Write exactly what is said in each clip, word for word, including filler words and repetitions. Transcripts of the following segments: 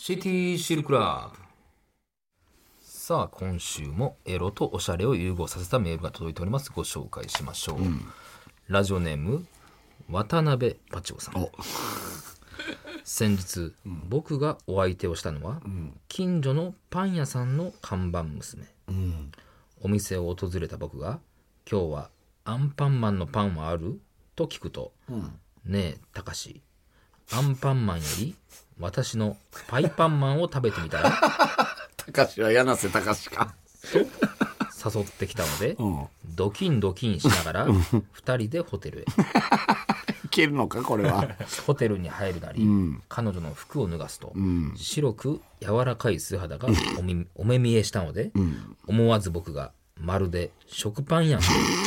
シティシルクラブ。さあ今週もエロとおしゃれを融合させたメールが届いております。ご紹介しましょう、うん、ラジオネーム渡辺パチオさん。先日、うん、僕がお相手をしたのは、うん、近所のパン屋さんの看板娘、うん、お店を訪れた僕が今日はアンパンマンのパンはあると聞くと、うん、ねえたかし、アンパンマンより私のパイパンマンを食べてみたらたかしは柳瀬たかしかと誘ってきたので、うん、ドキンドキンしながらふたりでホテルへいけるのかこれは。 ホテルに入るなり、うん、彼女の服を脱がすと、うん、白く柔らかい素肌がおみお目見えしたので、うん、思わず僕がまるで食パンやん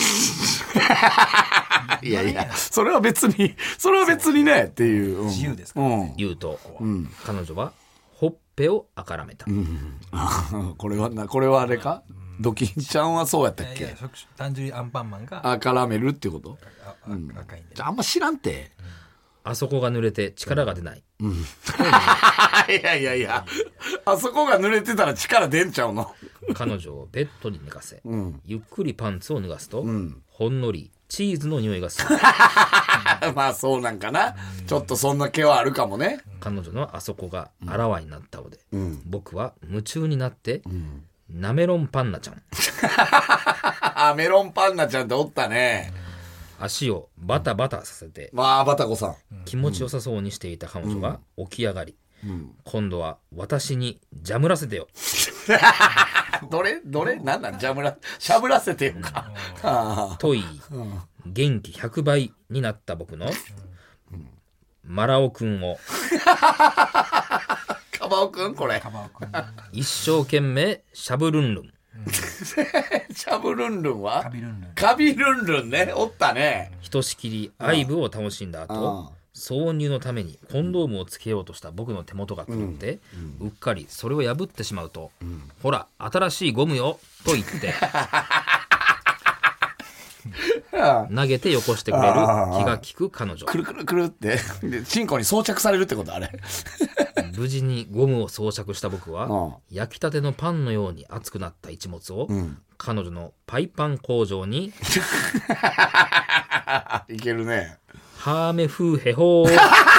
いやいや、それは別にそれは別にねっていう、うん、 自由ですから、ね、 言うと、うん、彼女はほっぺをあからめた、うん、 これはなこれはあれか、うん、ドキンちゃんはそうやったっけ。いやいや、 単純にアンパンマンがあからめるってこと、 あ、うん、赤いんで、 じゃああんま知らんて、 うん、あそこが濡れて力が出ない、うん、いやいやいや、あそこが濡れてたら力出んちゃうの。 彼女をベッドに寝かせ、うん、ゆっくりパンツを脱がすと、うん、ほんのりチーズの匂いがするまあそうなんかな、ちょっとそんな気はあるかもね。 彼女のあそこがあらわになったので、うん、僕は夢中になって、うん、なメロンパンナちゃんあ、メロンパンナちゃんっておったね。 足をバタバタさせて、 まあバタコさん気持ちよさそうにしていた彼女が起き上がり、うん、今度は私にジャムらせてよどれどれなんなんジャムラしゃぶらせてよか、 うん、と言い、うん、元気ひゃくばいになった僕の、うん、マラオくんをカバオくんこれ一生懸命しゃぶるんるんしゃぶるんるんはカビルンルンカビルンルンね、おったね。 ひとしきり愛撫を楽しんだ後、挿入のためにコンドームをつけようとした僕の手元が狂って、うんうん、うっかりそれを破ってしまうと、うん、ほら新しいゴムよと言って投げてよこしてくれる気が利く彼女。 くるくるくるってチンコに装着されるってことあれ無事にゴムを装着した僕は焼きたてのパンのように熱くなった一物を、うん、彼女のパイパン工場にいけるね。 ハーメフーヘホー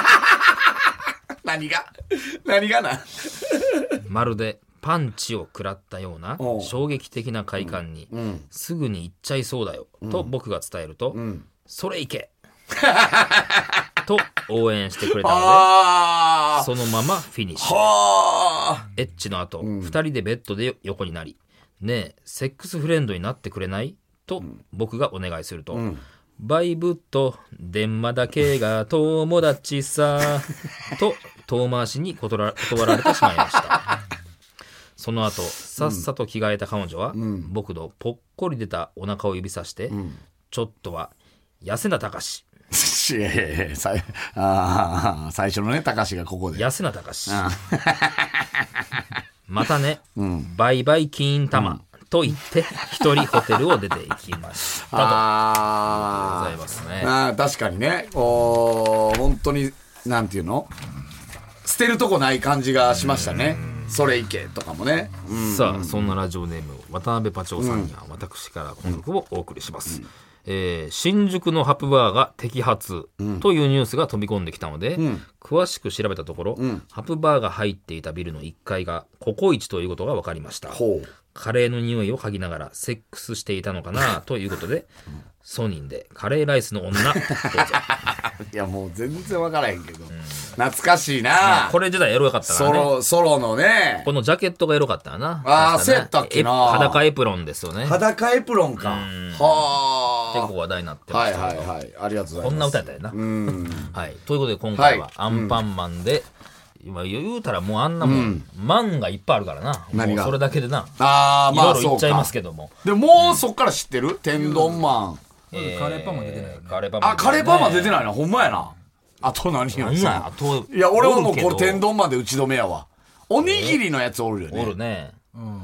何が何がなまるでパンチを食らったような衝撃的な快感に、うんうん、すぐに行っちゃいそうだよ、うん、と僕が伝えると、うん、それいけと応援してくれたのでそのままフィニッシュ。エッチの後、うん、ふたりでベッドで横になり、ねえセックスフレンドになってくれないと僕がお願いすると、うん、バイブと電話だけが友達さと遠回しに断ら、断られてしまいましたその後さっさと着替えた彼女は、うん、僕のぽっこり出たお腹を指さして、うん、ちょっとは痩せなたかしいやいやいやさあ最初のねたかしがここで痩せなたかしまたね、うん、バイバイ金玉、うんと言って一人ホテルを出て行きましたと。あありがとうございますね。 あ確かにね、お本当になんていうの、捨てるとこない感じがしましたね。それいけとかもね、 うん、さあそんなラジオネーム渡辺パチョウさんには私からこの曲をお送りします、うんえー、新宿のハプバーが摘発というニュースが飛び込んできたので、うん、詳しく調べたところ、うん、ハプバーが入っていたビルのいっかいがココイチということが分かりました。ほうカレーの匂いを嗅ぎながらセックスしていたのかなということで、うん、ソニーでカレーライスの女どうぞいやもう全然分からへんけど、うん、懐かしいな、まあ、これ自体エロかったな、ね、 ソロソロのねこのジャケットがエロかったな。 ああ、そうやったっけな。 裸エプロンですよね。 裸エプロンか。はあ結構話題になってましたけど、 はいはいはい、ありがとうございます。 こんな歌やったよな。うんはい、ということで今回はアンパンマンで、はいうん、今言うたらもうあんなもん、うん、マンがいっぱいあるからな。何がもうそれだけでなあいろいろ言っちゃいますけども、 でもうそっから知ってる、うん、天丼マン、 えー、カレーパンマン出てないよね。 カレーパンマン、 あカレーパンマン出てないな。ほんまやな。あと何よさ。いや俺はもうこれ天丼マンで打ち止めやわ。おにぎりのやつおるよね。 おるね。 うん。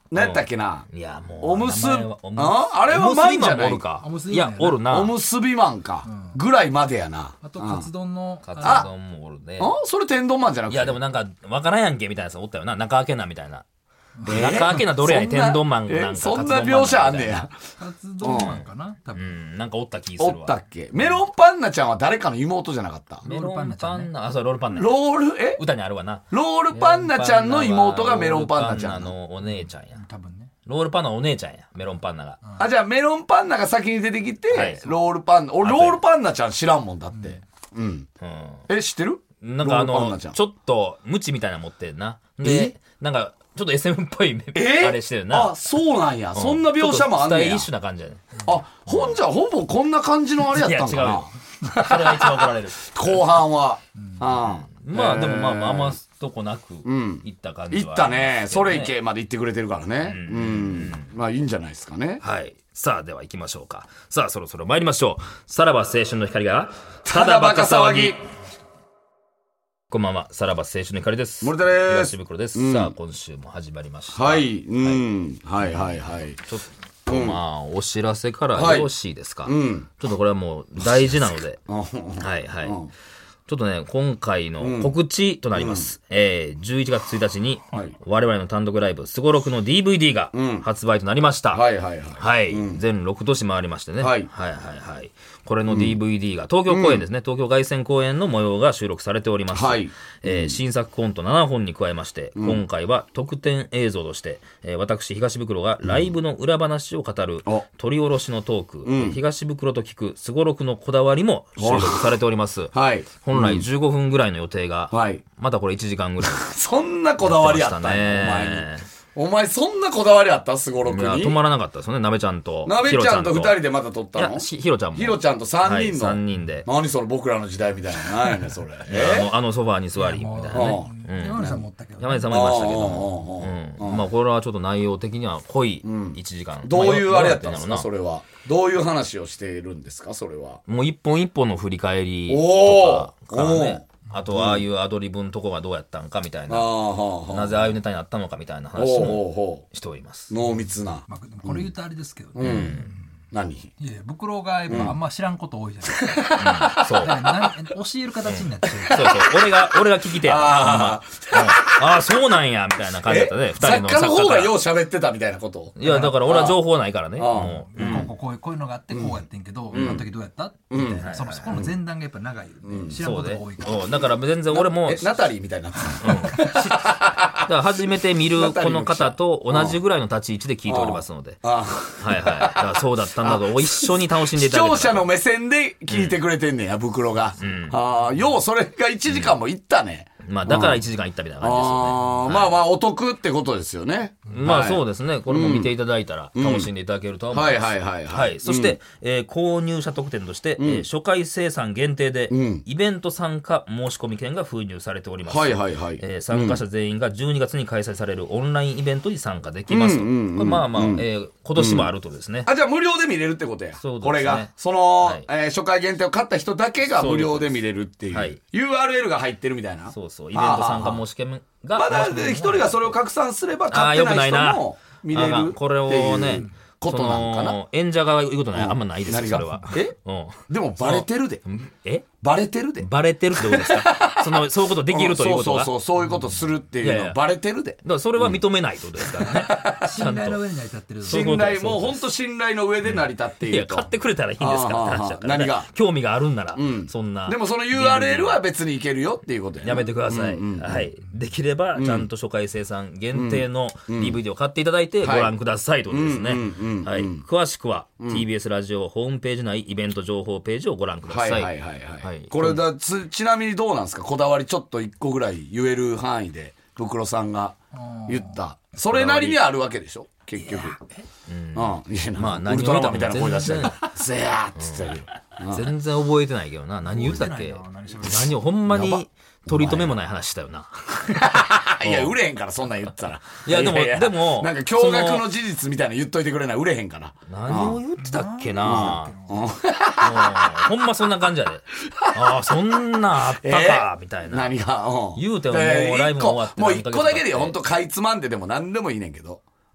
何やったっけな。 いやもうおむす名前はおむああれはマンじゃないおむすびマンもおるかおむすびいマンやなやおるなおむすびマンか。ぐらいまでやな。 あとカツ丼のカツあ丼もおるねあそれ天丼マンじゃなくて。 いやでもなんかわからんやんけみたいなやつおったよな中開けなみたいな中開けなどれやねん天丼マンかなんかそんな描写あんねや。 カツ丼マンかな多う分んなんかおった気すおるわったっけ。メロンパンナちゃんは誰かの妹じゃなかった。 メロンパンナあそうロールパンナロールえ歌にあるわなロールパンナちゃんの妹がメロンパンナちゃんロールパンナのお姉ちゃんや多分ねロールパンナお姉ちゃんやメロンパンナがあじゃあメロンパンナが先に出てきて、 はいロールパンナ俺ロールパンナちゃん知らんもんだってうん、 うんえ知ってるなんかあロールパンナちゃんのちょっとムチみたいなの持ってるなでなんかちょっと エスエム っぽいえあれしてるなあそうなんや、そんな描写もあんねやちょっとスタイリッシュな感じやねあほんじゃほぼこんな感じのあれやったんかないや違うよそれが一番怒られる後半は、うんまあでもまあまあ余すとこなくいった感じは行ったありますけどねそれ行けまで行ってくれてるからねうん、まあいいんじゃないですかね。 はいさあでは行きましょうかさあそろそろ参りましょうさらば青春の光がただバカ騒ぎこんばんはさらば青春の光です森田です東袋です、さあ今週も始まりましたはいうんはいはいはいちょっとまあお知らせからはいよろしいですか、ちょっとこれはもう大事なのでうんはいはい、ちょっとね今回の告知となります、えー、じゅういちがつついたちにはい我々の単独ライブすごろくの ディーブイディー が発売となりました、 はいはいはいはい、全ろく都市回りましてね、 はいはいはいはいこれの ディーブイディー が東京公演ですね、東京凱旋公演の模様が収録されております、 はいえー新作コントななほんに加えまして、今回は特典映像として、えー私東袋がライブの裏話を語るお取り下ろしのトーク、えー東袋と聞くすごろくのこだわりも収録されておりますはい本来じゅうごふんぐらいの予定が、 はいまたこれいちじかんぐらいそんなこだわりあったんやお前にお前そんなこだわりあったすごろくいやに止まらなかったですよねなべちゃんとなべちゃんとひろ二人でまた撮ったのいやひひろちゃんもひろちゃんと三人の、 はい、さんにんで何それ僕らの時代みたいな何やねんそれあえのあのソファーに座りみたいなね山根さん持ったけど山根さんもいましたけどあも、 ーうんまあこれはちょっと内容的には濃いいちじかん、 どういうあれやったんですまあかそれはどういう話をしているんですかそれはもう一本一本の振り返りおとかからおねあとはああいうアドリブのとこがどうやったんかみたいあな、 あはあはあなぜああいうネタになったのかみたいなほう話もほうほしておりますう濃密なまあでもこれ言うとあれですけどね何いやいや袋がやっぱあんま知らんこと多いじゃないですかそうだからなん教える形になっちゃうそうそう俺が俺が聞き手やあほんまうんああそうなんやみたいな感じだったね二人作の家の方がからよう喋ってたみたいなこといやだから俺は情報ないからねああもうこうこうこういうこういうのがあってこうやってんけど、あの時どうやったみたいな、そのそこの前段がやっぱ長いよね、知らんそうでことが多いから、 うんだから全然俺もえナタリーみたいになってただから初めて見るこの方と同じぐらいの立ち位置で聞いておりますので、 あはいはい。だからそうだったんだと一緒に楽しんでい視ただけたら聴者の目線で聞いてくれてんねや袋がああようそれがいちじかんもいったねまあだからいちじかん行ったみたいな感じですよね。 ああまあまあお得ってことですよねまあそうでですね。これも見ていただいたら楽しんでいただけるとは思います。 はいはいはいはいはい。そして、えー購入者特典として、えー初回生産限定で、イベント参加申し込み券が封入されております。 はいはいはいえー参加者全員がじゅうにがつに開催されるオンラインイベントに参加できますと。これまあまあ、えー今年もあるとですね。 あじゃあ無料で見れるってことやそうですねこれがその、 はいえー初回限定を買った人だけが無料で見れるっていうはいユーアールエル が入ってるみたいなそうそう。イベント参加申し込みが。 まだ申し込み一人がそれを拡散すればあ買ってないーよくないな人も見れるってあこれをねいうことなんかなその演者側が言うことない、あんまないですよ何がそれはえうんでもバレてるでえバレてるでバレてるってことですかそのそういうことできるということが、 そうそうそうそういうことするっていういやいやのバレてるでだからそれは認めないってことですからね、ちゃ信んと頼の上に成り立ってるそういうこと信頼もう本当信頼の上で成り立っていいやると買ってくれたらいいんですからって話だから、ね、 あーあー何が興味があるんなら、そんなでもその ユーアールエル は別にいけるよっていうことやねやめてください、はい、できればちゃんと初回生産限定の ディーブイディー を買っていただいてご覧くださいということですね、はい、詳しくは ティービーエス ラジオホームページ内イベント情報ページをご覧ください、 はいはいはいはい、 はいこれだつちなみにどうなんですかこだわりちょっと一個ぐらい言える範囲で袋さんが言ったそれなりにあるわけでしょ結局うんいやまあなんかウルトラマンみたいな声何を出してる言うせやーっつってる全然覚えてないけどな何言ってたっけ覚えてないな何喋ってた何をほんまに取り留めもない話したよな。 いや売れへんからそんなん言ったらいやでもでもなんか驚愕の事実みたいな言っといてくれない売れへんから何を言ってたっけな、うんほんまそんな感じやで。ああそんなあったかみたいな。 何がうん言うてももうでライブも終わって一個もう一個だけで何ヶ月経って本当かいつまんででも何でもいいねんけど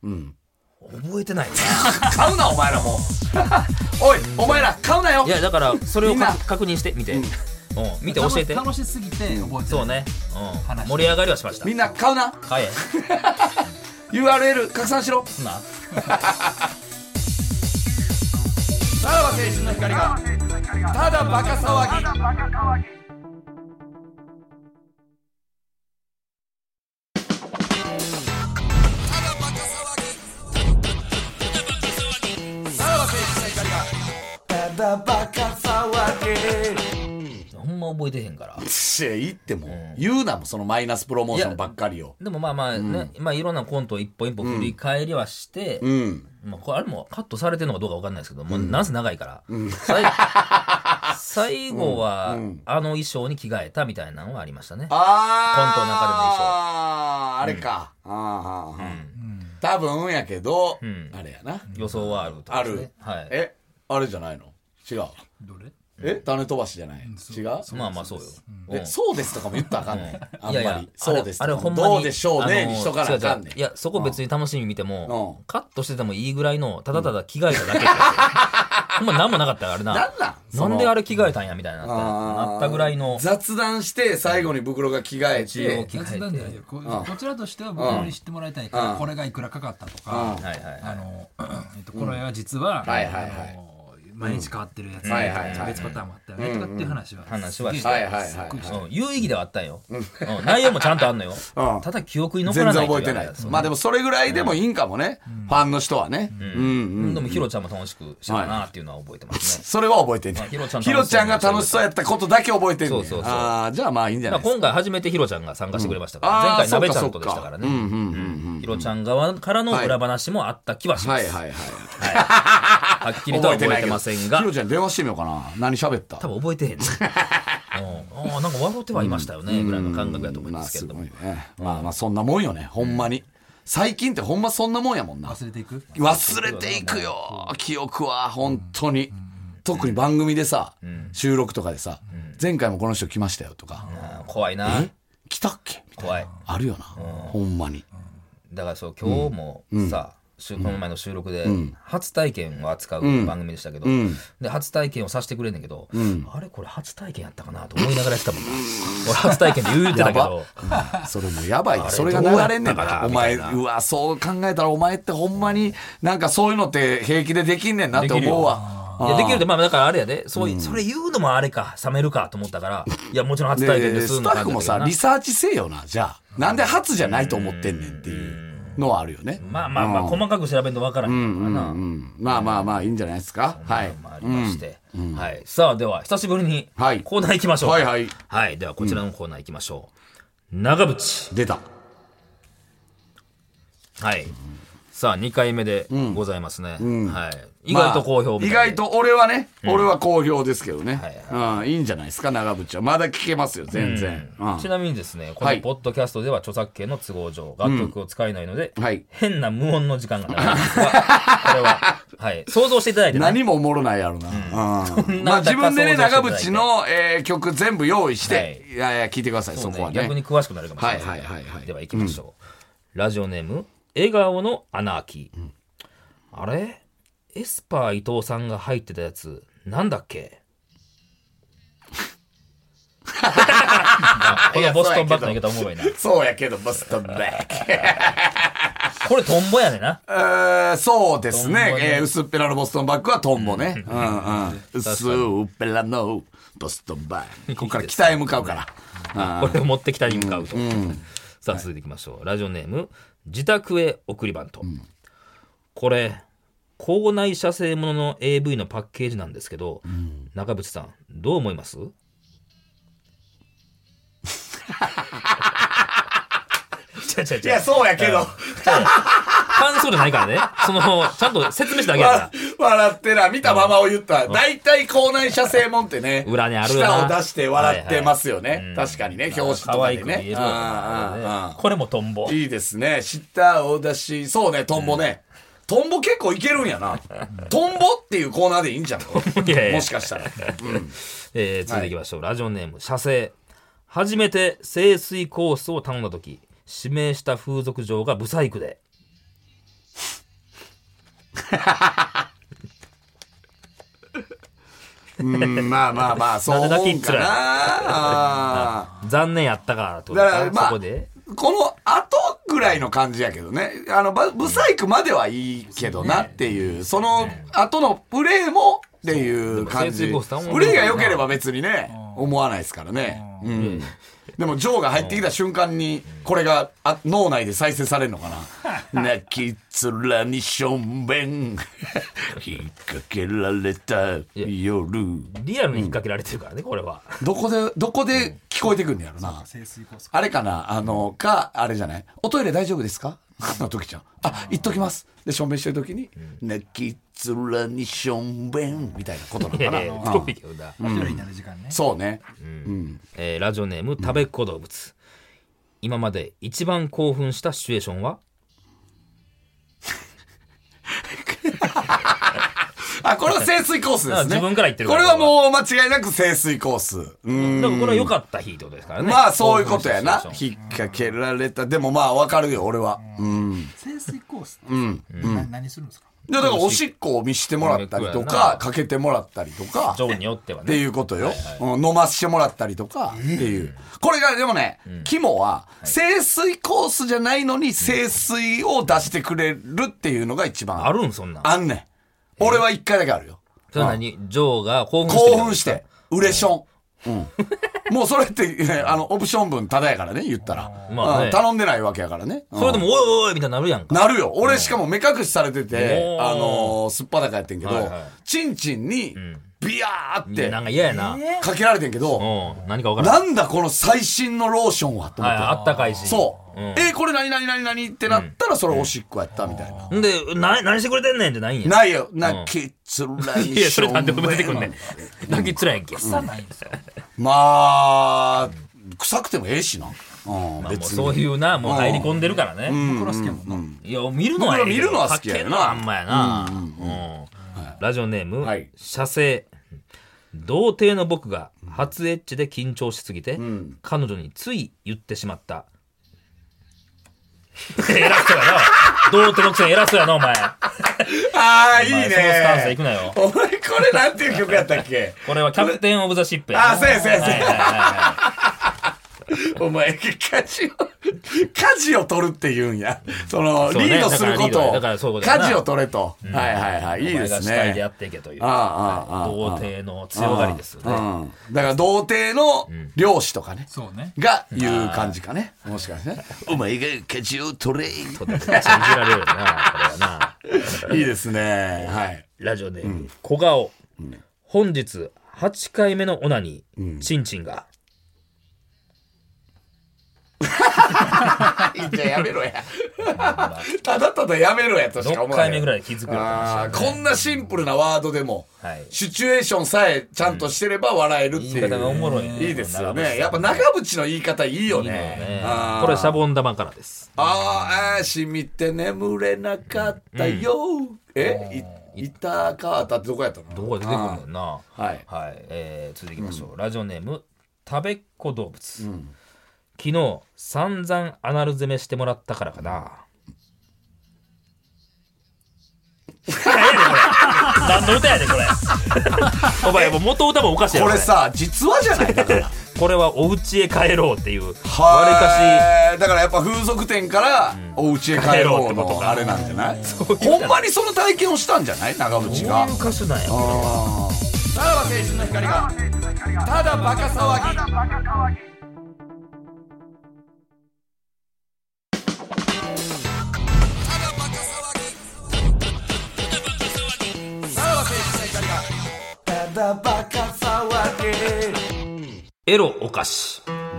うん。 覚えてないな。買うな、お前らも。おい、お前ら買うなよ。 いや、だから、それを確認して、見て。うん。見て教えて。 楽しすぎて覚えてない。 そうね。うん。盛り上がりはしました。 みんな買うな。 買え。 ユーアールエル 拡散しろ。 すな。 さらば青春の光が、ただバカ騒ぎ。バカ騒ぎ。 ほんま覚えてへんから。 言っても、うん、言うなもそのマイナスプロモーションばっかりを。 でもまあまあね、うん、まあいろんなコントを一本一本振り返りはして、うん、まあこれあれもカットされてるのかどうかわかんないですけど、うん、もうなんせ長いから、うん、最, 最後は、うん、あの衣装に着替えたみたいなのはありましたね。 あコントの中での衣装。 あああれか。うん、ああ、うん、多分やけど、うん、あれやな。 予想はあると、ね。 ある。はい。え、あれじゃないの？違う。 どれ？ え種飛ばしじゃない、うん、違うまあまあそうよ、 うん、えそうですとかも言ったらあかんねん、うん、あんまりいやいやそうですとかあれほんまにどうでしょうねにしとかなあかんねん。 いやそこ別に楽しみ見ても、うん、カットしててもいいぐらいのただただ着替えただけってほんま何もなかったからあれな。 なんなんなんであれ着替えたんやみたいななったぐらいの雑談して最後に袋が着替えて雑談じゃないよ こ, こちらとしては袋に知ってもらいたいからこれがいくらかかったとかこれは実ははいはいはい毎日変わってるやつ、うん、別パターンもあったよね、うん、とかっていう話は話はして、 はいはいはいはいうん、有意義ではあったんよ、うん、内容もちゃんとあんのよ、うん、ただ記憶に残らない全然覚えてない。まあでもそれぐらいでもいいんかもね、うん、ファンの人はね、うんうんうん、 でもヒロちゃんも楽しくしてたなっていうのは覚えてますね、はい、 それは覚えてんね、まあ、ヒロちゃんヒロちゃんが楽しそうやったことだけ覚えてんねん。そうそうそう。あじゃあまあいいんじゃないですか。 今回初めてヒロちゃんが参加してくれましたから、うん、前回なべちゃんとでしたからね、ヒロちゃん側からの裏話もあった気はします、はい、はいはいはい、はい、はっきりとは覚えてませんが、 ヒロちゃん電話してみようかな。何喋った？ 多分覚えてへんねあなんか笑ってはいましたよね、うん、ぐらいの感覚だと思いますけれども、まあ、すごいね、まあまあそんなもんよね、ほんまに、うん、最近ってほんまそんなもんやもんな。 忘れていく忘れていくよ記憶は本当に、うん、特に番組でさ、うん、収録とかでさ、うん、前回もこの人来ましたよとか、 うん、怖いな。 え来たっけみたいな怖いあるよな、うん、ほんまに。 だからそう今日もさ、うんこの前の収録で初体験を扱う番組でしたけど、うん、で初体験をさせてくれんねんけど、うん、あれこれ初体験やったかなと思いながらやってたもんな俺初体験で言うてたけどうん、それもやばい。それが流れんねんからお前。うわそう考えたらお前ってほんまになんかそういうのって平気でできんねんなって思うわ。 いやできるってまあだからあれやでそう、うん、それ言うのもあれか冷めるかと思ったからいやもちろん初体験ですスタッフもさリサーチせえよな。じゃあなんで初じゃないと思ってんねんっていうのはあるよね。 まあまあまあ、うん、細かく調べると分からへんからな、うんうんうん、 まあまあまあいいんじゃないですか。はい、 ありまして、うんうんはい、さあでは久しぶりにコーナー行きましょう、 はいはいはいはい、ではこちらのコーナー行きましょう、うん、長渕出た。 はい、さあにかいめでございますね、うんはい、意外と好評みたいで、 まあ、意外と俺はね、うん、俺は好評ですけどね、はいはいうん、いいんじゃないですか。長渕はまだ聞けますよ全然、 うんうん、ちなみにですねこのポッドキャストでは著作権の都合上楽曲を使えないので、うんはい、変な無音の時間が長いんですがこれは、はい、想像していただいて、ね、 何もおもろないやろな、うんうん、まあ自分でね長渕の、えー、曲全部用意して、はい、いやいや聞いてください。 そ,、ね、そこはね逆に詳しくなるかもしれないので、はいはいはいはい、では行きましょう、うん、ラジオネーム笑顔のアナーキー、うんあれエスパー伊藤さんが入ってたやつなんだっけこのボストンバッグの言い方思うわいな。 そうやけどボストンバッグこれトンボやねな。 えー、そうですね、えー、薄っぺらのボストンバッグはトンボね、うんうんうん、薄っぺらのボストンバッグここから北へ向かうから、 これを持って北に向かうと、うんうん、さあ続いていきましょう、はい、ラジオネーム自宅へ送りバント、うんこれ校内射精ものの エーブイ のパッケージなんですけど、うん、中渕さんどう思います？ いやそうやけど感想じゃないからねそのちゃんと説明しただけやから笑ってな見たままを言っただいたい校内射精もんってね裏にあるな舌を出して笑ってますよね、はいはい、確かにね表紙とかでね、 ねあこれもトンボいいですね舌を出しそうねトンボね、うんトンボ結構いけるんやなトンボっていうコーナーでいいんじゃんいやいやもしかしたら、うんえー、続いていきましょう、はい、ラジオネーム射精初めて清水コースを頼んだ時指名した風俗嬢がブサイクでうんまあまあまあそう思うんかな。 残念やったかとだからまあそこでこの後ぐらいの感じやけどね。あのブサイクまではいいけどなっていう、その後のプレーもっていう感じ。プレーが良ければ別にね思わないですからね。うん。でもジョーが入ってきた瞬間にこれがあ脳内で再生されるのかな。泣き面にしょんべん引っ掛けられた夜。 リアルに引っ掛けられてるからねこれは。 どこでどこで聞こえてくるんやろな。あれかな、あのかあれじゃない、おトイレ大丈夫ですかの時ちゃん、あ行っときますでしょんべんしてる時に、うん、泣き面にしょんべんみたいなことなのかな。いやいや遠いけどな、一人になる時間ね。 そうね、 うんうんえー、ラジオネーム食べっ子動物、うん、今まで一番興奮したシチュエーションはあ、これは清水コースですね。 自分から言ってるから。これはもう間違いなく清水コース。 うん。だからこれは良かった日ってことですからね。 まあそういうことやな。引っ掛けられた。でもまあわかるよ、俺は。うん。 清水コースって、 うん。 うん、何するんですか？ だからおしっこを見してもらったりとか、かけてもらったりとか。 ジョーによってはね。 っていうことよ。はいはい、飲ましてもらったりとか、っていう。これがでもね、うん、肝は、清水コースじゃないのに、清水を出してくれるっていうのが一番。 あるんそんなん。 あんねん。俺は一回だけあるよ。 それ何ジョーが興奮して興奮して、ウレション。うん。もうそれって、あの、オプション分ただやからね、言ったら。まあね、頼んでないわけやからね。 それでも、おいおいみたいになるやんか。 なるよ。俺しかも目隠しされてて、あのー、すっぱだかやってんけど、はいはい、チンチンに、ビヤーって、 なんか嫌やな。 かけられてんけど、 何か分からん。なんだこの最新のローションはと思って。 あったかいし。 そう。うん、えー、これ何何何何ってなったらそれおしっこやったみたいな。 んで、な、何してくれてんねんってないんや。 ないよ。な、きつらい。 いや、それなんでも出てくんねん。泣きつらいんけ。 臭ないんですよ。 まあ、臭くてもええしな。 うん、まあ、もうそういうな、もう入り込んでるからね。 僕ら好きやもんな。 いや、見るのはええけど、 見るのは好きやな。 あんまやな。ラジオネーム、はい、射精。童貞の僕が初エッチで緊張しすぎて、うん、彼女につい言ってしまった。偉そうやな。童貞のくせに偉そうやな、お前。 ああ、いいね。 そのスタンスで行くなよ。 お前、これなんていう曲やったっけ？ これはキャプテンオブザシップや。 ああ、そうやそうやそうや。お前、家事を、家事を取るって言うんや。その、リードすることを、家事を取れと。はいはいはい。いいですね。お前が主体でやっていけという。童貞の強がりですよね。 だから、童貞の漁師とかね。 そうね。 が言う感じかね。もしかしてね。お前が家事を取れ。信じられるよな、これはな。いいですね。はい。 ラジオネーム、小顔。本日、はちかいめのオナニー、チンチンが。 じゃあやめろや。ただただやめろやとしか思わない。 ろっかいめぐらい気づくよ、 ね、こんなシンプルなワードでも、はい、シチュエーションさえちゃんとしてれば笑えるっていう。 言い方がおもろいね。 いいですよね。やっぱ長渕の言い方いいよね。いいね、 これシャボン玉からです。 ああ、しみて眠れなかったよ。うん、えいたかったってどこやったの？ どこで出てくるんだよな。 はい。 はい。えー、続いていきましょう。うん、ラジオネーム、食べっ子動物。うん昨日散々アナル攻めしてもらったからかな。何の歌やねんこれ。お前もう元歌もおかしいやろ。 これさ実話じゃないだから。 これはお家へ帰ろうっていう。わりかしだからやっぱ風俗店からお家へ帰ろうのあれなんじゃない？ほんまにその体験をしたんじゃない長渕が。 そういう歌手なんや。 さらば青春の光がただバカ騒ぎ。 エロお菓子。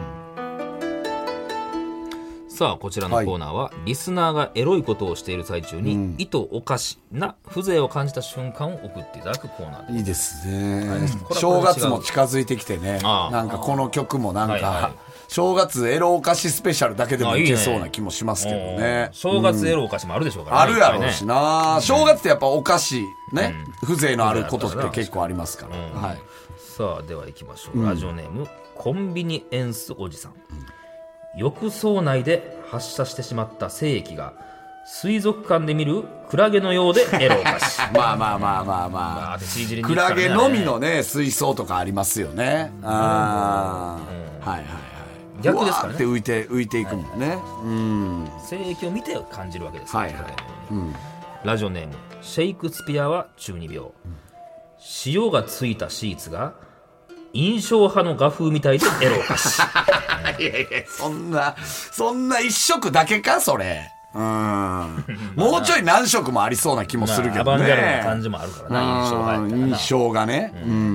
さあこちらのコーナーは、はい、リスナーがエロいことをしている最中に、うん、意図おかしな風情を感じた瞬間を送っていただくコーナーです。 いいですね、はい、正月も近づいてきてね。なんかこの曲もなんか、はいはい、正月エロお菓子スペシャルだけでもいけそうな気もしますけどね。 ね正月エロお菓子もあるでしょうからね、うん、あるやろうしな、ね、正月ってやっぱお菓子ね、うん、風情のあることって結構ありますから、うんはい、 さあでは行きましょう、うん、ラジオネームコンビニエンスおじさん、うん、浴槽内で発射してしまった精液が水族館で見るクラゲのようでエロおかしいまあまあまあまあまあクラゲのみのね水槽とかありますよね。ああ、はいはいはい、 逆ですからね。 って浮いて浮いていくもんね、はい、うん、 精液を見て感じるわけです、 はいはい、うん、 ラジオネームシェイクスピアは中二病、うん、塩がついたシーツが印象派の画風みたいでエロおかしいいやいや、そんなそんな一色だけかそれ。うんもうちょい何色もありそうな気もするけどね、まあ、アバンギャルドな感じもあるからな、印象派やったらな、 印象がね、うんうんうん、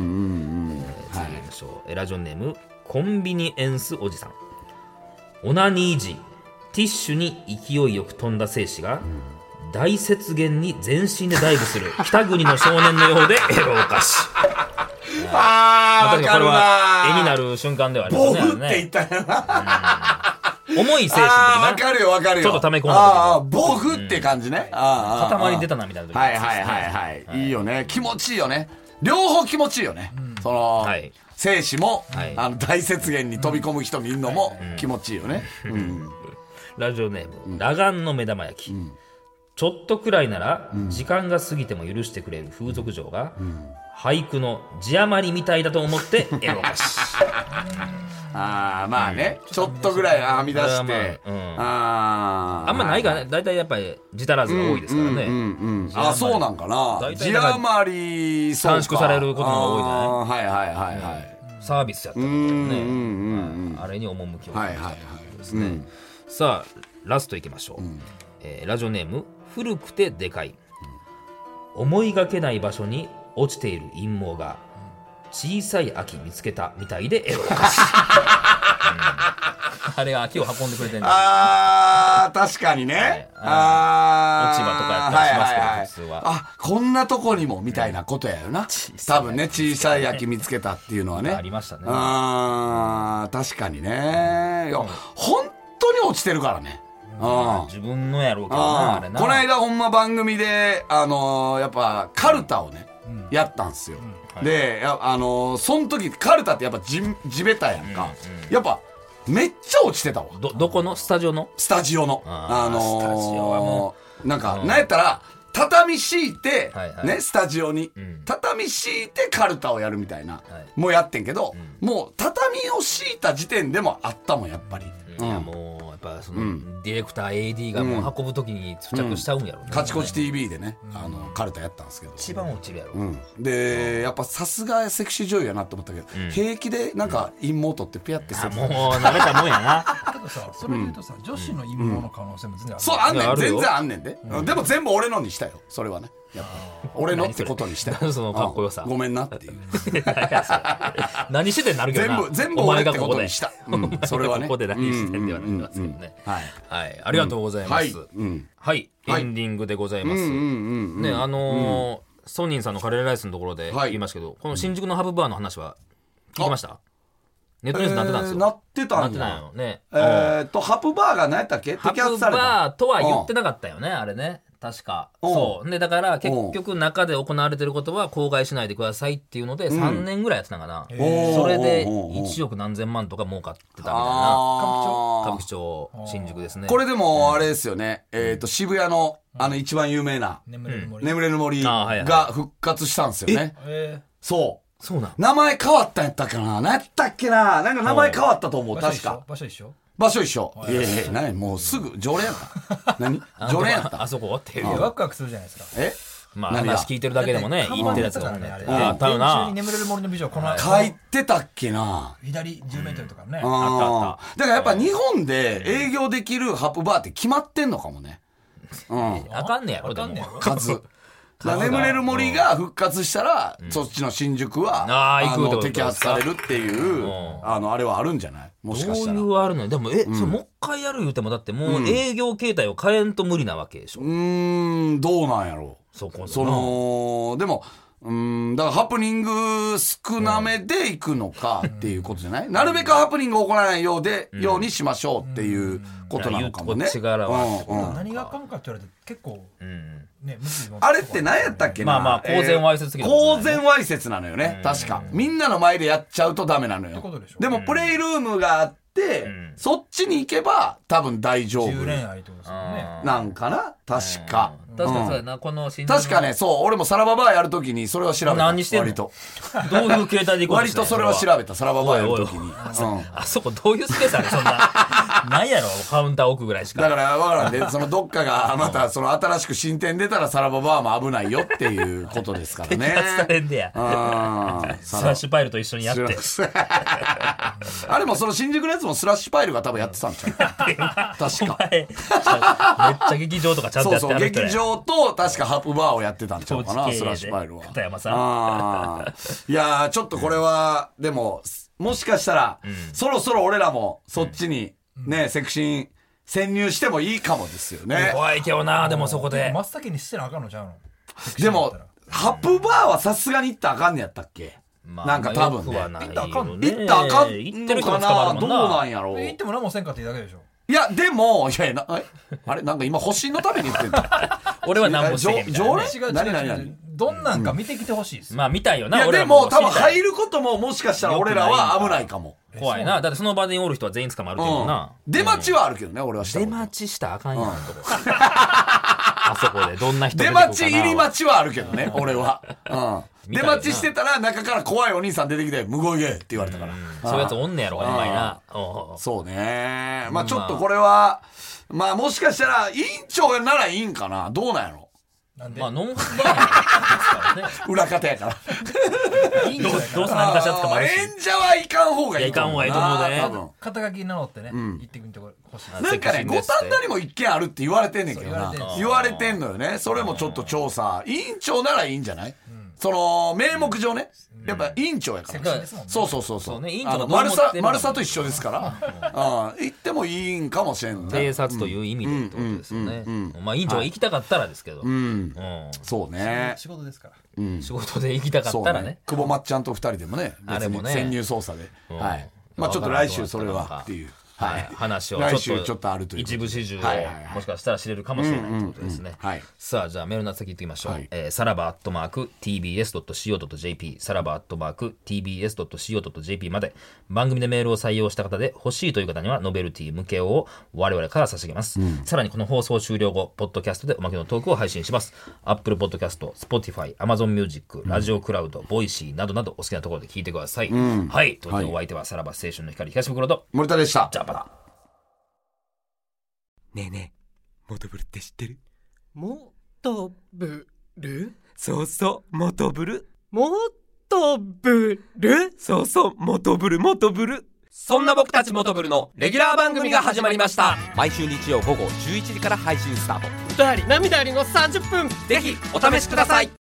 えー、次行きましょう、はい、ラジオネームコンビニエンスおじさん。オナニー時ティッシュに勢いよく飛んだ精子が、うん、大雪原に全身でダイブする北国の少年のようでエロおかしいあー、わかるな。 絵になる瞬間ではありますね。 ボフって言ったよな、 うん、重い精神の時な。 わかるよわかるよ。 ちょっと溜め込んだ時。 ああ、ボフって感じね。 うん、あ塊出たなみたいな時、 はいはいはいはい、はい、いいよね。気持ちいいよね。両方気持ちいいよね。うん、その、はい、精子も、はい、あの大雪原に飛び込む人見るのも気持ちいいよね。うんうん、 ラジオネーム、裸眼の目玉焼き。うん、ちょっとくらいなら、時間が過ぎても許してくれる風俗嬢が、うん、俳句の字余りみたいだと思ってエロかしああまあね、うん、ちょっとぐらい編み出して、まあ、うん、ああんまないからね。だいたいやっぱり字足らずが多いですからね、うんうんうん、 あそうなんかな。字余り短縮されることが多いじゃない。 はいはいはいはい、 うん、サービスやったことね、うんうんうん、あれに趣を感じたですね、はいはいはい、さあラストいきましょう、うん、えー、ラジオネーム古くてでかい、うん、思いがけない場所に落ちている陰謀が小さい秋見つけたみたいでエロかしい、うん、あれが秋を運んでくれてるんだ。 あー確かにね、はい、あ落ち葉とかやったりしますけど、はいはいはい、普通はあこんなとこにもみたいなことやよな、うん、多分ね小さい秋見つけたっていうのはねありましたね。 あ確かにね、いや、うん、本当に落ちてるからね。 うん、自分のやろうけどな、あれな。 この間ほんま番組であのー、やっぱカルタをね、うん、やったんすよ、うんはい、であのー、その時カルタってやっぱ地べたやんか、うんうん、やっぱめっちゃ落ちてたわ。 ど, どこのスタジオのスタジオのあ、あのー、スタジオはもうなんか、うん、なんやったら畳敷いて、はいはい、ねスタジオに、うん、畳敷いてカルタをやるみたいな、はい、もうやってんけど、うん、もう畳を敷いた時点でもあったもんやっぱり、 うん、いやもうやっぱその、うん、ディレクター エーディー がもう運ぶ時に付着しちゃうんやろうね、 うん、カチコチ ティーブイ でね、うん、あのカルタやったんですけど一番落ちるやろ、 うん、で、うん、やっぱさすがセクシー女優やなと思ったけど、うん、平気でなんか陰謀取ってピャってする、うん、もう慣れたもんやなたださそれで言うとさ、うん、女子の陰謀の可能性も全然ある、 そうあんねん全然あんねんで、うん、でも全部俺のにしたよそれはねやっぱ俺のってことにしてそのかっこよさごめんなっていう何しててなるけどな全部全部俺ってことにした、うん、それはねここで何してんではなりますけどね、はい、はい、ありがとうございます、うん、はい、はい、エンディングでございます、ね、あのーうん、ソニンさんのカレーライスのところで言いましたけど、はい、この新宿のハブバーの話は聞きました？ネットニュースなってたんですよ、 えー、なってたんや。なってたんよね。えー、っとハプバーが何やったっけ？ ハプバーとは言ってなかったよねあれね確か。そうでだから結局中で行われてることは公害しないでくださいっていうのでさんねんぐらいやってたかな、うん、それでいちおく何千万とか儲かってたみたいな。歌舞伎町新宿ですね。 これでもあれですよね、うん、えー、と渋谷のあの一番有名な眠れる森、眠れる森が復活したんですよね、えー、そうそうなん名前変わったんやったっけな何やったっけななんか名前変わったと思う確か場所一緒場所一緒。いやいや何もうすぐ常連やった何常連やったあそこっていうワクワクするじゃないですか。 えまあ話聞いてるだけでもね言ってるやつがねあったよな。眠れる森の美女この書いてたっけな左じゅうメートルとかね、 うん、あったあった。だからやっぱ日本で営業できるハプバーって決まってんのかもね。うん、 あかんねやろでも数眠れる森が復活したら、うん、そっちの新宿は、うん、ああの摘発されるっていう、うん、あのあれはあるんじゃない？もしかしたら。 どういうあるのでもえ、うん、それもう一回やる言うてもだってもう営業形態を変えんと無理なわけでしょ。 うーんどうなんやろう。 そこそのでもうーんだからハプニング少なめでいくのかっていうことじゃない、うん、なるべくハプニング起こらないようで、うん、ようにしましょうっていうことなのかもね。 こっち側は、 うんうん、何があかんかって言われて結構、うんね、 あれって何やったっけな。 まあまあ公然わいせつ、ね、 公然わいせつなのよね確か。みんなの前でやっちゃうとダメなのよ。でもプレイルームがあっ 、うん、そっちに行けば多分大丈夫なんかな確か、 うん、確かそうやな、うん、この確かね、そう俺もサラババーやるときにそれは調べた。 何してんの割とどういう形態で行こうとしてんの割とそれは調べた。サラババーやるときにおいおい、うん、 あそこどういうスペースあるそんな何やろカウンター奥ぐらいしか。 だから分からんでそのどっかがまたその新しく新店出たらサラババーも危ないよっていうことですからね。 摘発されんでやスラッシュパイルと一緒にやってあれもその新宿のやつもスラッシュパイルが多分やってたんちゃう確かめっちゃ劇場とかちゃんとやってそうそう劇場と確かハープバーをやってたんちゃうかなスラッシュパイルは。 片山さんあいやーちょっとこれは、うん、でももしかしたら、うん、そろそろ俺らもそっちにね、うん、セクシン潜入してもいいかもですよね。 怖いけどな。でもそこで真っ先にしてなあかんのちゃうの。 でもハップバーはさすがに行ったらあかんねやったっけ、まあ、なんか多分ね行ったらあかん行ったらあかんのかな。どうなんやろう。 行っても何もせんかっていいだけでしょ。 いやでもいやいやなあれなんか今保身のために言ってんだ俺は何もしてへんみたいな、ね、 常連何何何どんなんか見てきてほしいです、 うん、まあ見たいよな。 いやでも多分入ることももしかしたら俺らは危ないかも。 怖いな。だってその場でおる人は全員捕まるけどな、 うん、出待ちはあるけどね、うん、俺はした出待ちしたらあかんやん、うん、あそこでどんな人出てくるかな。出待ち入り待ちはあるけどね俺は、うん、出待ちしてたら中から怖いお兄さん出てきてむごいげって言われたから、うん、 そういうやつおんねやろほんまにな。 そうね。まあちょっとこれはまあもしかしたら委員長ならいいんかな。どうなんやろ。 なんでまあノンファーですからね裏方やからどうどうせ何かしら捕まるし演者はいかん方がいい。 いかん方がいいと思うね。 多分肩書き名乗ってね、うん、行ってみてほしい。 なんかね五反田にも一軒あるって言われてんねんけどな。言われてんのよね。それもちょっと調査委員長ならいいんじゃない、うん、その名目上ね、やっぱ委員長やから、うん、そうそうそうそう、ね、あの丸さ丸さと一緒ですから行ってもいいんかもしれんね。 偵察という意味でってことですよね。まあ委員長が行きたかったらですけど、うんうん、そうね仕事ですから、 うん、仕事で行きたかったら ね, ね久保まっちゃんとふたりでもね別に潜入捜査で、うん、はい、まあちょっと来週それはっていうはい、話をちょっと一部始終をもしかしたら知れるかもしれないということですね。さあじゃあメールの先行ってみましょう、はい、えー、さらばアットマーク ティービーエスドットシーオードットジェーピー さらばアットマーク ティービーエスドットシーオードットジェーピー まで番組でメールを採用した方で欲しいという方にはノベルティ向けを我々から差し上げます、うん、さらにこの放送終了後ポッドキャストでおまけのトークを配信します。 Apple Podcast、Spotify、Amazon Music、ラジオクラウド、ボイシーなどなどお好きなところで聞いてください、うん、はいということでお相手はさらば青春の光東袋と森田でした。 じゃあまた。 ねえねえ、モトブルって知ってる？ モトブル？ そうそう、モトブル。 モトブル？ そうそう、モトブル、モトブル。そんな僕たちモトブルのレギュラー番組が始まりました。毎週日曜午後じゅういちじから配信スタート。 歌あり涙ありのさんじゅっぷん、 ぜひお試しください。